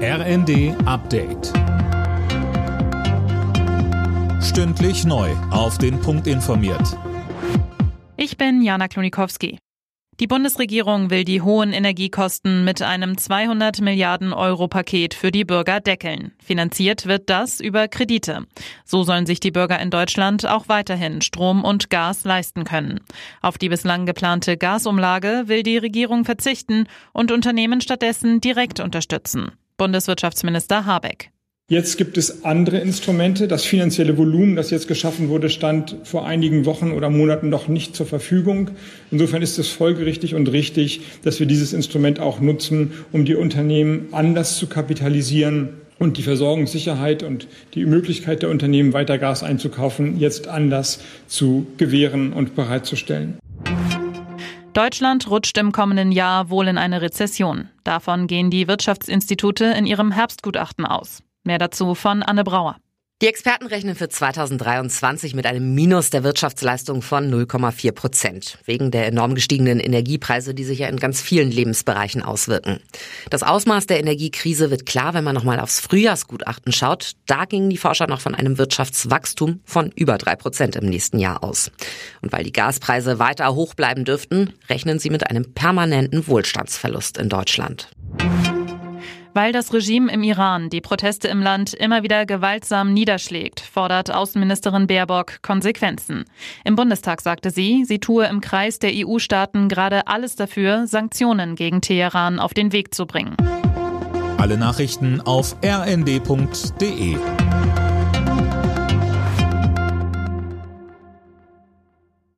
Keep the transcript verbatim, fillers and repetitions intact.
R N D Update. Stündlich neu auf den Punkt informiert. Ich bin Jana Klonikowski. Die Bundesregierung will die hohen Energiekosten mit einem zweihundert Milliarden Euro Paket für die Bürger deckeln. Finanziert wird das über Kredite. So sollen sich die Bürger in Deutschland auch weiterhin Strom und Gas leisten können. Auf die bislang geplante Gasumlage will die Regierung verzichten und Unternehmen stattdessen direkt unterstützen. Bundeswirtschaftsminister Habeck. Jetzt gibt es andere Instrumente. Das finanzielle Volumen, das jetzt geschaffen wurde, stand vor einigen Wochen oder Monaten noch nicht zur Verfügung. Insofern ist es folgerichtig und richtig, dass wir dieses Instrument auch nutzen, um die Unternehmen anders zu kapitalisieren und die Versorgungssicherheit und die Möglichkeit der Unternehmen, weiter Gas einzukaufen, jetzt anders zu gewähren und bereitzustellen. Deutschland rutscht im kommenden Jahr wohl in eine Rezession. Davon gehen die Wirtschaftsinstitute in ihrem Herbstgutachten aus. Mehr dazu von Anne Brauer. Die Experten rechnen für zweitausenddreiundzwanzig mit einem Minus der Wirtschaftsleistung von null Komma vier Prozent. Wegen der enorm gestiegenen Energiepreise, die sich ja in ganz vielen Lebensbereichen auswirken. Das Ausmaß der Energiekrise wird klar, wenn man nochmal aufs Frühjahrsgutachten schaut. Da gingen die Forscher noch von einem Wirtschaftswachstum von über drei Prozent im nächsten Jahr aus. Und weil die Gaspreise weiter hoch bleiben dürften, rechnen sie mit einem permanenten Wohlstandsverlust in Deutschland. Weil das Regime im Iran die Proteste im Land immer wieder gewaltsam niederschlägt, fordert Außenministerin Baerbock Konsequenzen. Im Bundestag sagte sie, sie tue im Kreis der E U-Staaten gerade alles dafür, Sanktionen gegen Teheran auf den Weg zu bringen. Alle Nachrichten auf r n d punkt d e.